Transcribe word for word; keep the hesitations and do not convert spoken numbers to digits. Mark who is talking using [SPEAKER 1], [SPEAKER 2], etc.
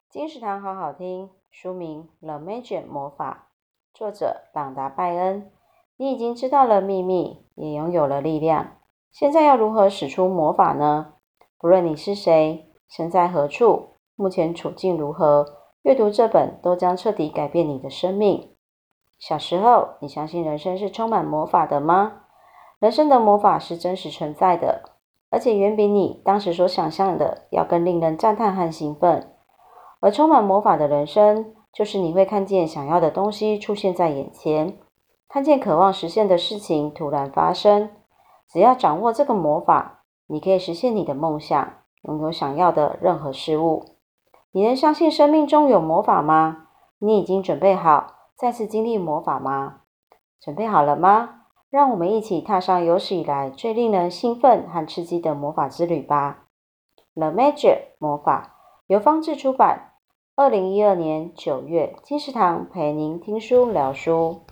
[SPEAKER 1] 金石堂好好听，书名《The Magic 魔法》，作者朗达·拜恩。你已经知道了秘密，也拥有了力量。现在要如何使出魔法呢？不论你是谁，身在何处，目前处境如何，阅读这本都将彻底改变你的生命。小时候，你相信人生是充满魔法的吗？人生的魔法是真实存在的，而且远比你当时所想象的要更令人赞叹和兴奋。而充满魔法的人生，就是你会看见想要的东西出现在眼前，看见渴望实现的事情突然发生。只要掌握这个魔法，你可以实现你的梦想，拥有想要的任何事物。你能相信生命中有魔法吗？你已经准备好再次经历魔法吗？准备好了吗？让我们一起踏上有史以来最令人兴奋和刺激的魔法之旅吧。The Magic 魔法由方志出版，二零一二年九月，金石堂陪您听书聊书。